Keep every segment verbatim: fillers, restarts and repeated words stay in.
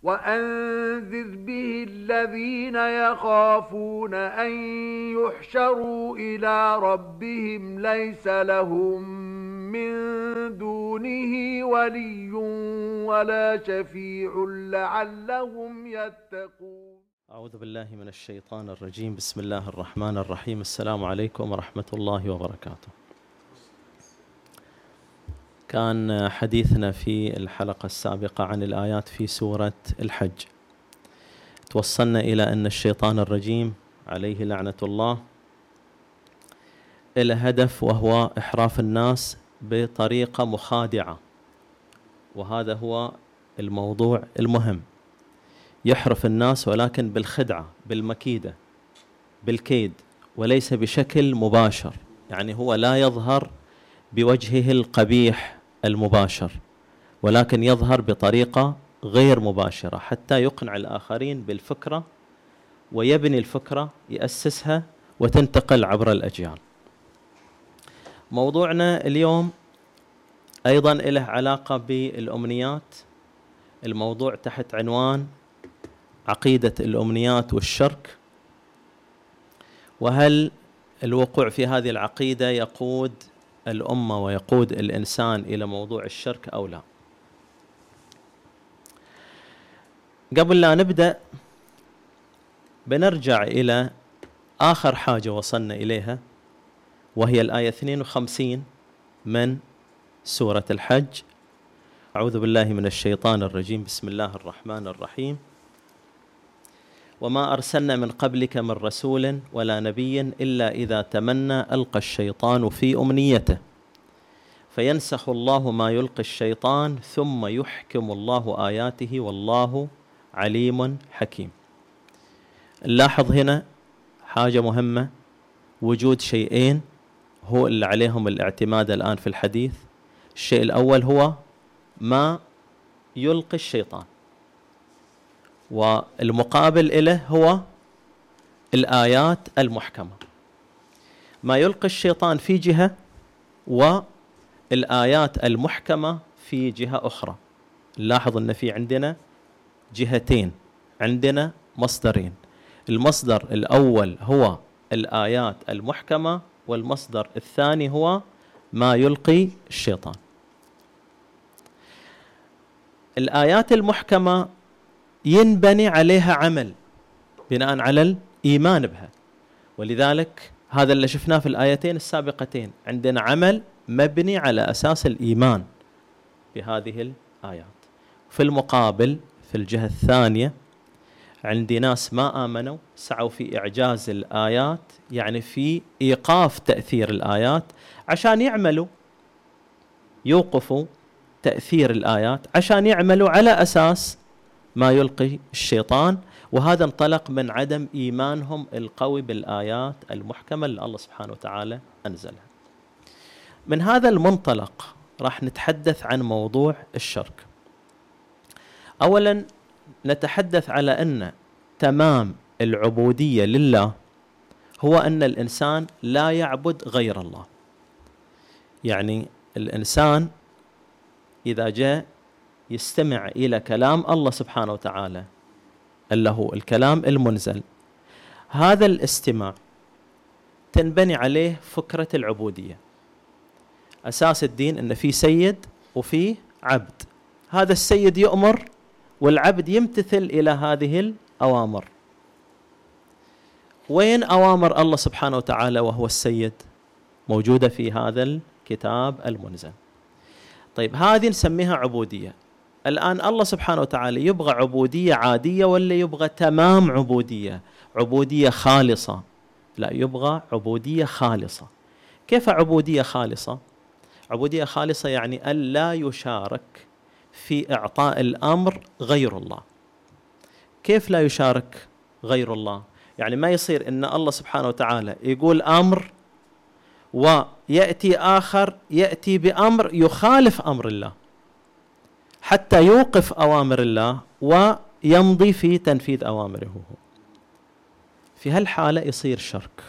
وأنذر به الذين يخافون أن يحشروا إلى ربهم ليس لهم من دونه ولي ولا شفيع لعلهم يتقون. أعوذ بالله من الشيطان الرجيم. بسم الله الرحمن الرحيم. السلام عليكم ورحمة الله وبركاته. كان حديثنا في الحلقة السابقة عن الآيات في سورة الحج. توصلنا إلى أن الشيطان الرجيم عليه لعنة الله له هدف، وهو إحراف الناس بطريقة مخادعة، وهذا هو الموضوع المهم. يحرف الناس ولكن بالخدعة، بالمكيدة، بالكيد، وليس بشكل مباشر. يعني هو لا يظهر بوجهه القبيح المباشر، ولكن يظهر بطريقة غير مباشرة حتى يقنع الآخرين بالفكرة ويبني الفكرة، يأسسها وتنتقل عبر الأجيال. موضوعنا اليوم أيضا له علاقة بالأمنيات. الموضوع تحت عنوان عقيدة الأمنيات والشرك، وهل الوقوع في هذه العقيدة يقود الأمة ويقود الإنسان إلى موضوع الشرك أو لا. قبل لا نبدأ بنرجع إلى آخر حاجة وصلنا إليها، وهي الآية اثنين وخمسين من سورة الحج. أعوذ بالله من الشيطان الرجيم. بسم الله الرحمن الرحيم. وما أرسلنا من قبلك من رسول ولا نبي إلا إذا تمنى ألقى الشيطان في أمنيته فينسخ الله ما يلقي الشيطان ثم يحكم الله آياته والله عليم حكيم. نلاحظ هنا حاجة مهمة، وجود شيئين هو اللي عليهم الاعتماد الآن في الحديث. الشيء الأول هو ما يلقي الشيطان، والمقابل إله هو الآيات المحكمة. ما يلقي الشيطان في جهة والآيات المحكمة في جهة أخرى. نلاحظ أن في عندنا جهتين، عندنا مصدرين. المصدر الأول هو الآيات المحكمة، والمصدر الثاني هو ما يلقي الشيطان. الآيات المحكمة ينبني عليها عمل بناء على الإيمان بها، ولذلك هذا اللي شفناه في الآيتين السابقتين. عندنا عمل مبني على أساس الإيمان بهذه الآيات. في المقابل في الجهة الثانية عندي ناس ما آمنوا، سعوا في إعجاز الآيات، يعني في إيقاف تأثير الآيات عشان يعملوا، يوقفوا تأثير الآيات عشان يعملوا على أساس ما يلقي الشيطان. وهذا انطلق من عدم إيمانهم القوي بالآيات المحكمة اللي الله سبحانه وتعالى أنزلها. من هذا المنطلق راح نتحدث عن موضوع الشرك. أولا نتحدث على أن تمام العبودية لله هو أن الإنسان لا يعبد غير الله. يعني الإنسان إذا جاء يستمع إلى كلام الله سبحانه وتعالى اللي هو الكلام المنزل، هذا الاستماع تنبني عليه فكرة العبودية. أساس الدين أن في سيد وفي عبد، هذا السيد يؤمر والعبد يمتثل إلى هذه الأوامر. وين أوامر الله سبحانه وتعالى وهو السيد؟ موجودة في هذا الكتاب المنزل. طيب هذه نسميها عبودية. الآن الله سبحانه وتعالى يبغى عبودية عادية ولا يبغى تمام عبودية، عبودية خالصة؟ لا، يبغى عبودية خالصة. كيف عبودية خالصة؟ عبودية خالصة يعني أن لا يشارك في إعطاء الأمر غير الله. كيف لا يشارك غير الله؟ يعني ما يصير إن الله سبحانه وتعالى يقول أمر ويأتي آخر يأتي بأمر يخالف أمر الله حتى يوقف أوامر الله ويمضي في تنفيذ أوامره. في هالحالة يصير شرك،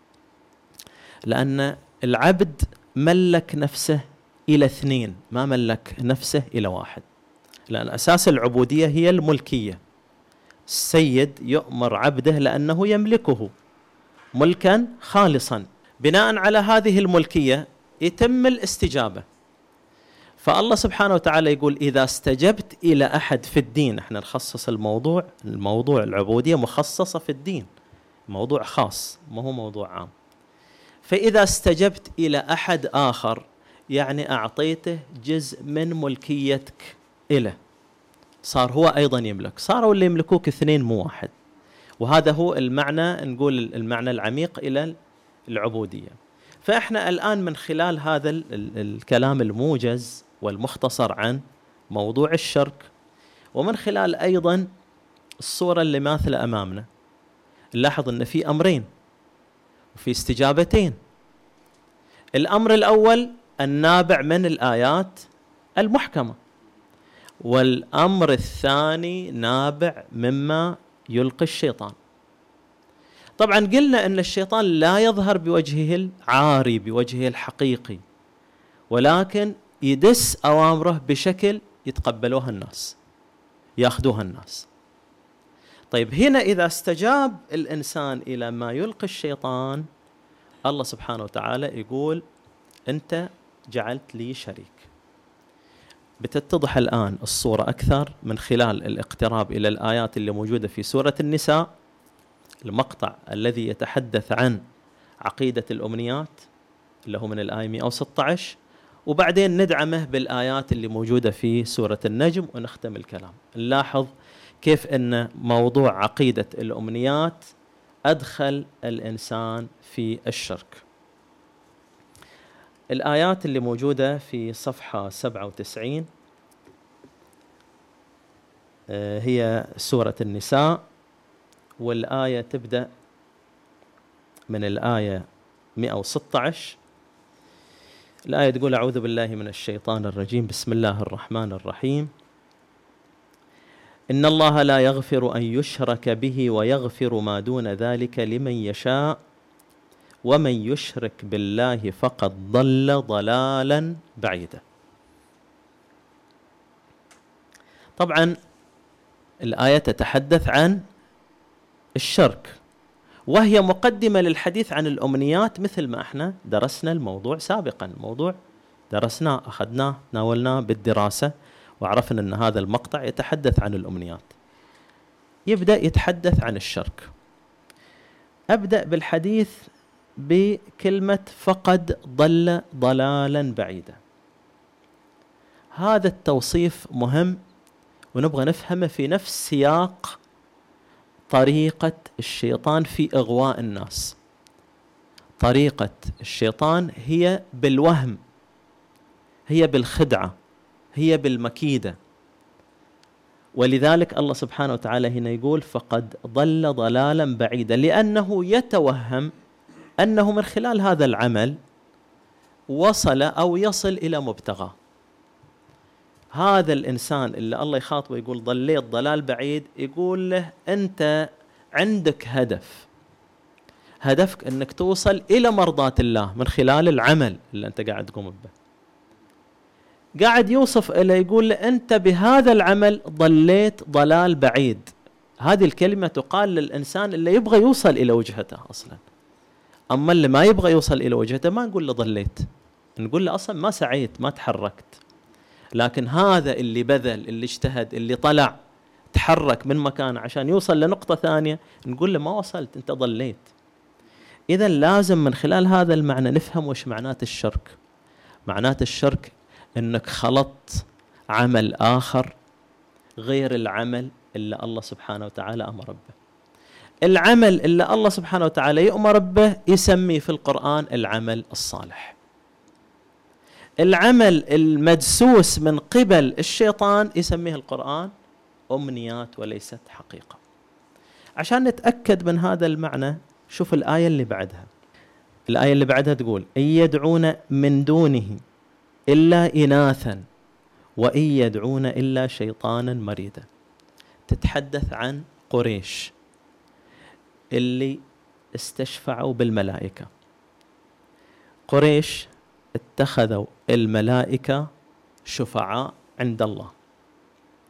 لأن العبد ملك نفسه إلى اثنين، ما ملك نفسه إلى واحد. لأن أساس العبودية هي الملكية. السيد يؤمر عبده لأنه يملكه ملكا خالصا، بناء على هذه الملكية يتم الاستجابة. فالله سبحانه وتعالى يقول إذا استجبت إلى أحد في الدين، احنا نخصص الموضوع، الموضوع العبودية مخصصة في الدين، موضوع خاص ما هو موضوع عام. فإذا استجبت إلى أحد آخر يعني أعطيته جزء من ملكيتك إله، صار هو أيضا يملك، صاروا اللي يملكوك اثنين مو واحد. وهذا هو المعنى، نقول المعنى العميق إلى العبودية. فإحنا الآن من خلال هذا الكلام الموجز والمختصر عن موضوع الشرك، ومن خلال أيضا الصورة اللي ماثلة أمامنا، نلاحظ أن في أمرين وفي استجابتين. الأمر الأول النابع من الآيات المحكمة، والأمر الثاني نابع مما يلقي الشيطان. طبعا قلنا أن الشيطان لا يظهر بوجهه العاري، بوجهه الحقيقي، ولكن يدس أوامره بشكل يتقبلوها الناس، يأخذوها الناس. طيب هنا إذا استجاب الإنسان إلى ما يلقي الشيطان، الله سبحانه وتعالى يقول أنت جعلت لي شريك. بتتضح الآن الصورة أكثر من خلال الاقتراب إلى الآيات اللي موجودة في سورة النساء، المقطع الذي يتحدث عن عقيدة الأمنيات اللي هو من الآية مئة وستة عشر، وبعدين ندعمه بالآيات اللي موجودة في سورة النجم ونختم الكلام. نلاحظ كيف أن موضوع عقيدة الأمنيات أدخل الإنسان في الشرك. الآيات اللي موجودة في صفحة سبعة وتسعين هي سورة النساء، والآية تبدأ من الآية مئة وستة عشر. الآية تقول أعوذ بالله من الشيطان الرجيم، بسم الله الرحمن الرحيم. إن الله لا يغفر أن يشرك به ويغفر ما دون ذلك لمن يشاء ومن يشرك بالله فقد ضل ضلالا بعيدا. طبعا الآية تتحدث عن الشرك، وهي مقدمة للحديث عن الأمنيات، مثل ما احنا درسنا الموضوع سابقا. الموضوع درسناه، أخذناه، ناولناه بالدراسة، وعرفنا أن هذا المقطع يتحدث عن الأمنيات. يبدأ يتحدث عن الشرك. أبدأ بالحديث بكلمة فقد ضل ضلالا بعيدا. هذا التوصيف مهم، ونبغى نفهمه في نفس سياق طريقة الشيطان في إغواء الناس. طريقة الشيطان هي بالوهم، هي بالخدعة، هي بالمكيدة. ولذلك الله سبحانه وتعالى هنا يقول فقد ضل ضلالا بعيدا، لأنه يتوهم أنه من خلال هذا العمل وصل أو يصل إلى مبتغاه. هذا الإنسان اللي الله يخاطبه يقول ضليت ضلال بعيد، يقول له أنت عندك هدف، هدفك أنك توصل إلى مرضاة الله من خلال العمل اللي أنت قاعد تقوم به. قاعد يوصف إليه، يقول له أنت بهذا العمل ضليت ضلال بعيد. هذه الكلمة تقال للإنسان اللي يبغى يوصل إلى وجهته أصلا. أما اللي ما يبغى يوصل إلى وجهته ما نقول له ضليت، نقول له أصلا ما سعيت، ما تحركت. لكن هذا اللي بذل، اللي اجتهد، اللي طلع تحرك من مكانه عشان يوصل لنقطة ثانية، نقول له ما وصلت، أنت ضليت. إذا لازم من خلال هذا المعنى نفهم وش معنات الشرك. معنات الشرك أنك خلطت عمل آخر غير العمل اللي الله سبحانه وتعالى أمر به. العمل اللي الله سبحانه وتعالى يؤمر به يسميه في القرآن العمل الصالح. العمل المدسوس من قبل الشيطان يسميه القرآن أمنيات وليست حقيقة. عشان نتأكد من هذا المعنى شوف الآية اللي بعدها. الآية اللي بعدها تقول إن يدعون من دونه إلا إناثا وإن يدعون إلا شيطانا مريدا. تتحدث عن قريش اللي استشفعوا بالملائكة. قريش اتخذوا الملائكة شفعاء عند الله.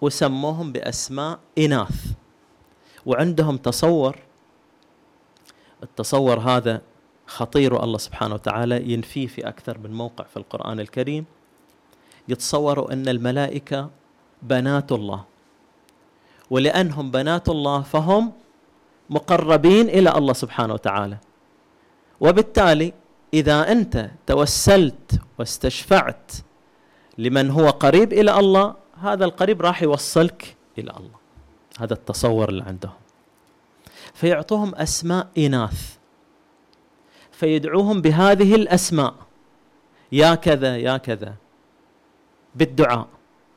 وسموهم بأسماء إناث، وعندهم تصور، التصور هذا خطير والله سبحانه وتعالى ينفيه في أكثر من موقع في القرآن الكريم. يتصوروا أن الملائكة بنات الله، ولأنهم بنات الله فهم مقربين إلى الله سبحانه وتعالى، وبالتالي إذا أنت توسلت واستشفعت لمن هو قريب إلى الله، هذا القريب راح يوصلك إلى الله. هذا التصور اللي عندهم. فيعطوهم أسماء إناث، فيدعوهم بهذه الأسماء، يا كذا يا كذا، بالدعاء.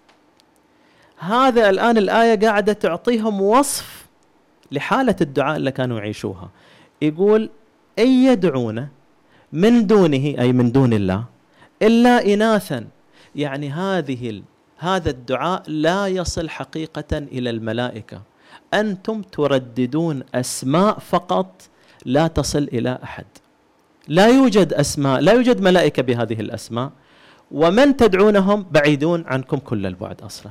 هذا الآن الآية قاعدة تعطيهم وصف لحالة الدعاء اللي كانوا يعيشوها. يقول أن يدعون من دونه، أي من دون الله، إلا إناثا، يعني هذه هذا الدعاء لا يصل حقيقة إلى الملائكة، أنتم ترددون أسماء فقط لا تصل إلى أحد. لا يوجد أسماء، لا يوجد ملائكة بهذه الأسماء، ومن تدعونهم بعيدون عنكم كل البعد أصلا.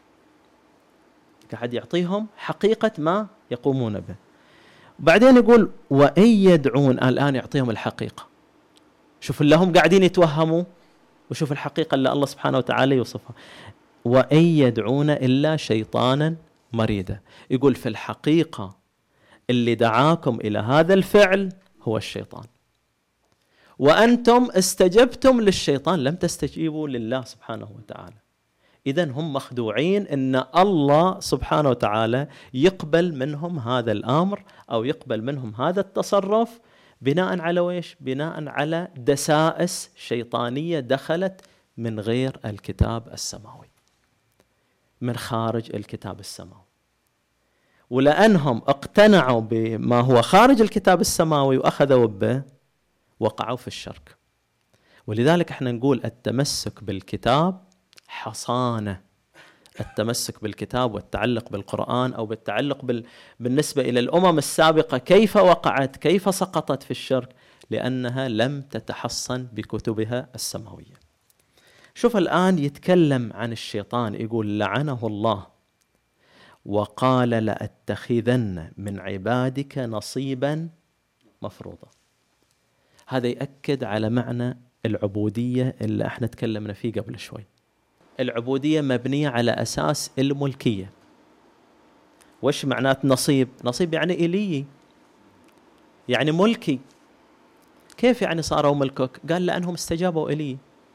قاعد يعطيهم حقيقة ما يقومون به. بعدين يقول وإن يدعون، الآن يعطيهم الحقيقة. شوف لهم قاعدين يتوهموا، وشوف الحقيقة اللي الله سبحانه وتعالى يوصفها. وإن يدعون إلا شيطانا مريدا. يقول في الحقيقة اللي دعاكم إلى هذا الفعل هو الشيطان، وأنتم استجبتم للشيطان، لم تستجيبوا لله سبحانه وتعالى. إذن هم مخدوعين أن الله سبحانه وتعالى يقبل منهم هذا الأمر أو يقبل منهم هذا التصرف بناء على ويش؟ بناء على دسائس شيطانية دخلت من غير الكتاب السماوي، من خارج الكتاب السماوي. ولأنهم اقتنعوا بما هو خارج الكتاب السماوي وأخذوا به، وقعوا في الشرك. ولذلك احنا نقول التمسك بالكتاب حصانة. التمسك بالكتاب والتعلق بالقرآن أو بالتعلق بال... بالنسبة إلى الأمم السابقة كيف وقعت، كيف سقطت في الشرك، لأنها لم تتحصن بكتبها السماوية. شوف الآن يتكلم عن الشيطان، يقول لعنه الله وقال لأتخذن من عبادك نصيبا مفروضا. هذا يأكد على معنى العبودية اللي احنا تكلمنا فيه قبل شوي. العبودية مبنية على أساس الملكية. وش معنات نصيب؟ نصيب يعني إلي، يعني ملكي. كيف يعني صاروا ملكك؟ قال لأنهم استجابوا إلي.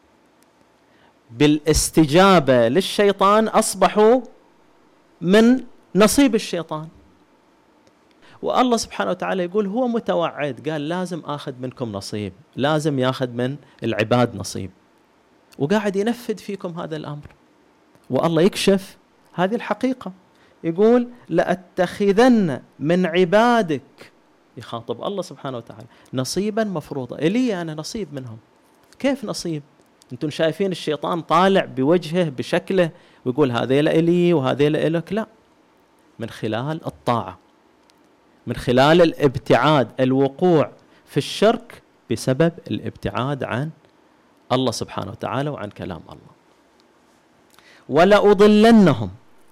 بالاستجابة للشيطان أصبحوا من نصيب الشيطان. والله سبحانه وتعالى يقول هو متوعد، قال لازم آخذ منكم نصيب، لازم ياخذ من العباد نصيب، وقاعد ينفذ فيكم هذا الأمر. والله يكشف هذه الحقيقة، يقول لأتخذن من عبادك، يخاطب الله سبحانه وتعالى، نصيبا مفروضا. إلي أنا نصيب منهم. كيف نصيب؟ أنتم شايفين الشيطان طالع بوجهه بشكله ويقول هذا لإلي وهذا لإلك؟ لا، من خلال الطاعة، من خلال الابتعاد، الوقوع في الشرك بسبب الابتعاد عن الله سبحانه وتعالى وعن كلام الله. ولأضلنهم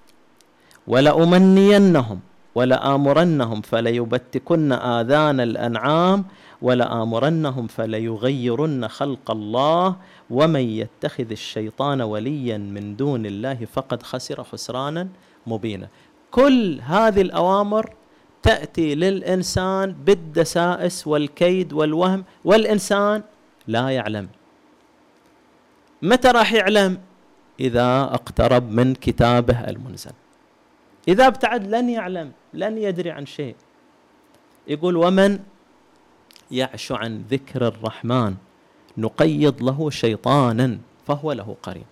ولأمنينهم ولآمرنهم فليبتكن آذان الأنعام ولآمرنهم فليغيرن خلق الله ومن يتخذ الشيطان وليا من دون الله فقد خسر خسرانا مبينا. كل هذه الأوامر تأتي للإنسان بالدسائس والكيد والوهم، والإنسان لا يعلم. متى راح يعلم؟ إذا اقترب من كتابه المنزل. إذا ابتعد لن يعلم، لن يدري عن شيء. يقول ومن يعش عن ذكر الرحمن نقيض له شيطانا فهو له قرين.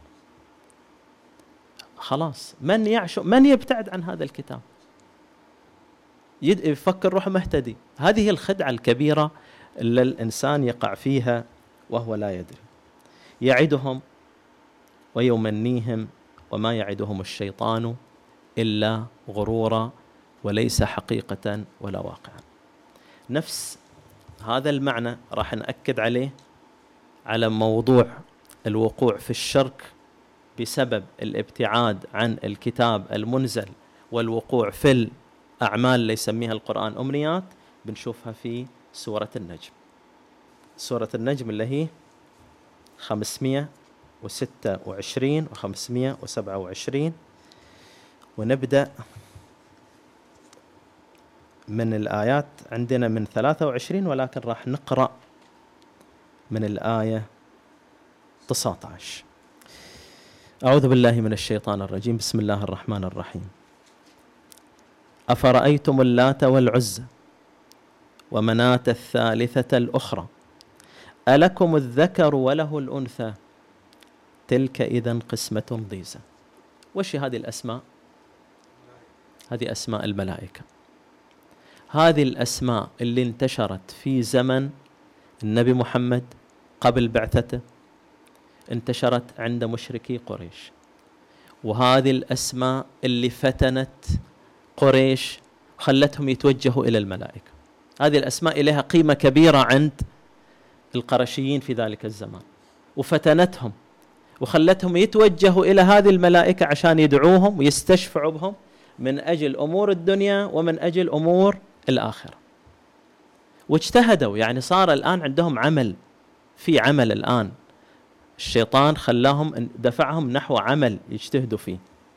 خلاص، من يعش، من يبتعد عن هذا الكتاب يفكر روحه مهتدي. هذه الخدعة الكبيرة اللي الإنسان يقع فيها وهو لا يدري. يعدهم ويمنيهم وما يعدهم الشيطان إلا غرورا وليس حقيقة ولا واقعا. نفس هذا المعنى راح نأكد عليه على موضوع الوقوع في الشرك بسبب الابتعاد عن الكتاب المنزل والوقوع في الأعمال اللي يسميها القرآن أمنيات، بنشوفها في سورة النجم. سورة النجم اللي هي خمسمائة وستة وعشرين وخمسمائة وسبعة وعشرين، ونبدأ من الآيات عندنا من ثلاثة وعشرين، ولكن راح نقرأ من الآية تسعة عشر. أعوذ بالله من الشيطان الرجيم. بسم الله الرحمن الرحيم. أفرأيتم اللات والعزى ومناة الثالثة الأخرى ألكم الذكر وله الأنثى تلك إذن قسمة ضيزى. وش هذه الأسماء؟ هذه أسماء الملائكة. هذه الأسماء اللي انتشرت في زمن النبي محمد قبل بعثته، انتشرت عند مشركي قريش، وهذه الأسماء اللي فتنت قريش خلتهم يتوجهوا إلى الملائكة. هذه الأسماء لها قيمة كبيرة عند القرشيين في ذلك الزمان، وفتنتهم وخلتهم يتوجهوا إلى هذه الملائكة عشان يدعوهم ويستشفعوا بهم من أجل أمور الدنيا ومن أجل أمور الآخرة. واجتهدوا، يعني صار الآن عندهم عمل، في عمل الآن الشيطان خلاهم دفعهم نحو عمل يجتهدوا فيه.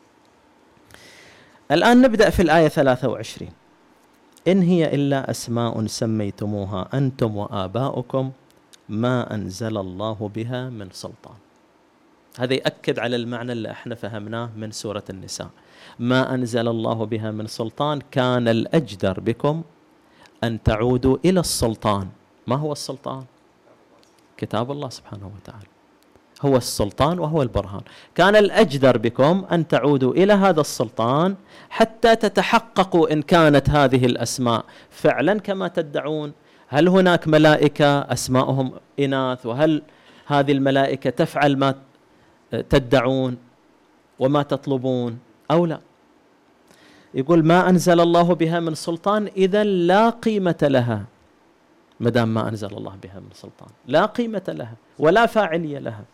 الآن نبدأ في الآية ثلاثة وعشرين. إن هي إلا أسماء سميتموها أنتم وآباؤكم ما أنزل الله بها من سلطان. هذا يأكد على المعنى اللي احنا فهمناه من سورة النساء. ما أنزل الله بها من سلطان، كان الأجدر بكم أن تعودوا إلى السلطان. ما هو السلطان؟ كتاب الله سبحانه وتعالى هو السلطان وهو البرهان. كان الأجدر بكم أن تعودوا إلى هذا السلطان حتى تتحققوا إن كانت هذه الأسماء فعلا كما تدعون. هل هناك ملائكة أسماءهم إناث، وهل هذه الملائكة تفعل ما تدعون وما تطلبون أو لا؟ يقول ما أنزل الله بها من سلطان، إذا لا قيمة لها. مدام ما أنزل الله بها من سلطان لا قيمة لها ولا فاعلية لها.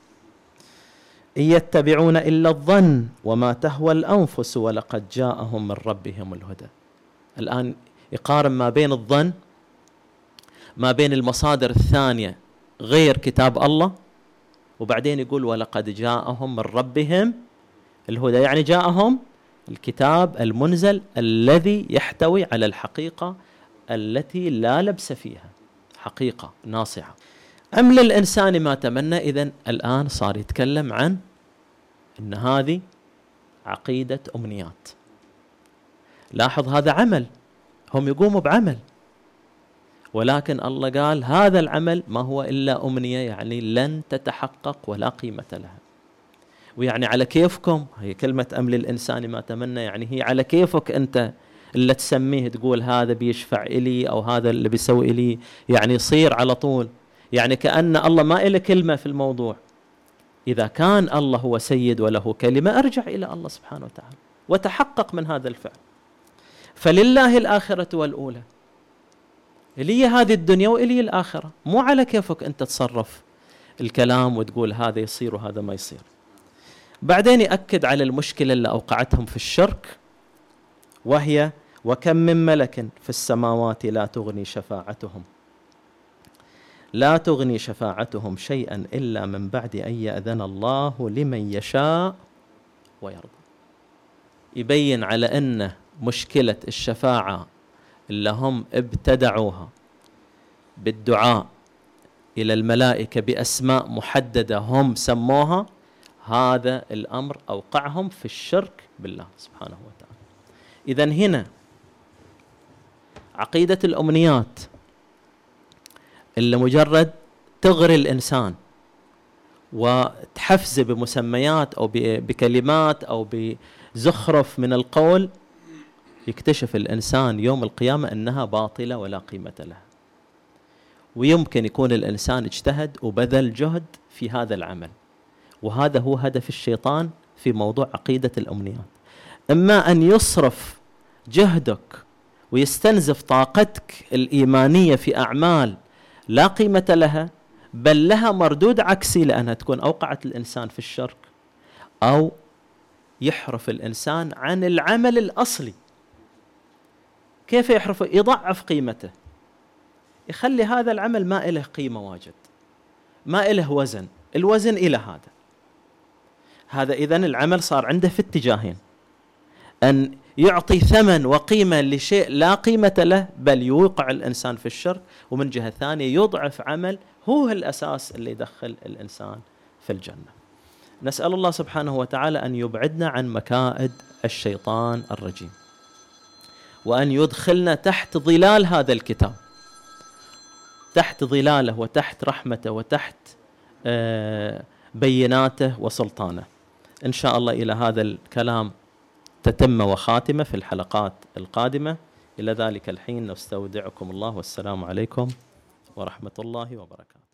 إن يتبعون إلا الظن وما تهوى الأنفس ولقد جاءهم من ربهم الهدى. الآن يقارن ما بين الظن، ما بين المصادر الثانية غير كتاب الله، وبعدين يقول ولقد جاءهم من ربهم الهدى، يعني جاءهم الكتاب المنزل الذي يحتوي على الحقيقة التي لا لبس فيها، حقيقة ناصعة. أم للإنسان ما تمنى. إذن الآن صار يتكلم عن أن هذه عقيدة أمنيات. لاحظ هذا عمل، هم يقوموا بعمل، ولكن الله قال هذا العمل ما هو إلا أمنية، يعني لن تتحقق ولا قيمة لها. ويعني على كيفكم، هي كلمة أم للإنسان ما تمنى، يعني هي على كيفك أنت اللي تسميه تقول هذا بيشفع إلي أو هذا اللي بيسوي إلي، يعني يصير على طول، يعني كأن الله ما إله كلمة في الموضوع. إذا كان الله هو سيد وله كلمة ارجع إلى الله سبحانه وتعالى وتحقق من هذا الفعل. فلله الآخرة والأولى، إلي هذه الدنيا وإلي الآخرة، مو على كيفك أنت تصرف الكلام وتقول هذا يصير وهذا ما يصير. بعدين يأكد على المشكلة اللي أوقعتهم في الشرك، وهي وكم من ملك في السماوات لا تغني شفاعتهم لا تغني شفاعتهم شيئا إلا من بعد أن يأذن الله لمن يشاء ويرضى. يبين على أن مشكلة الشفاعة اللي هم ابتدعوها بالدعاء إلى الملائكة بأسماء محددة هم سموها، هذا الأمر أوقعهم في الشرك بالله سبحانه وتعالى. إذن هنا عقيدة الأمنيات اللي مجرد تغري الإنسان وتحفزه بمسميات أو بكلمات أو بزخرف من القول، يكتشف الإنسان يوم القيامة أنها باطلة ولا قيمة لها. ويمكن يكون الإنسان اجتهد وبذل جهد في هذا العمل، وهذا هو هدف الشيطان في موضوع عقيدة الأمنيات. إما أن يصرف جهدك ويستنزف طاقتك الإيمانية في أعمال لا قيمة لها، بل لها مردود عكسي لأنها تكون أوقعت الإنسان في الشرك، أو يحرف الإنسان عن العمل الأصلي. كيف يحرف؟ يضعف قيمته، يخلي هذا العمل ما إله قيمة واجد، ما إله وزن، الوزن إلى هذا هذا إذن العمل صار عنده في اتجاهين: أن يعطي ثمن وقيمة لشيء لا قيمة له، بل يوقع الإنسان في الشرك، ومن جهة ثانية يضعف عمل هو الأساس اللي يدخل الإنسان في الجنة. نسأل الله سبحانه وتعالى أن يبعدنا عن مكائد الشيطان الرجيم، وأن يدخلنا تحت ظلال هذا الكتاب، تحت ظلاله وتحت رحمته وتحت بيناته وسلطانه. إن شاء الله إلى هذا الكلام تتم وخاتمة في الحلقات القادمة. إلى ذلك الحين نستودعكم الله، والسلام عليكم ورحمة الله وبركاته.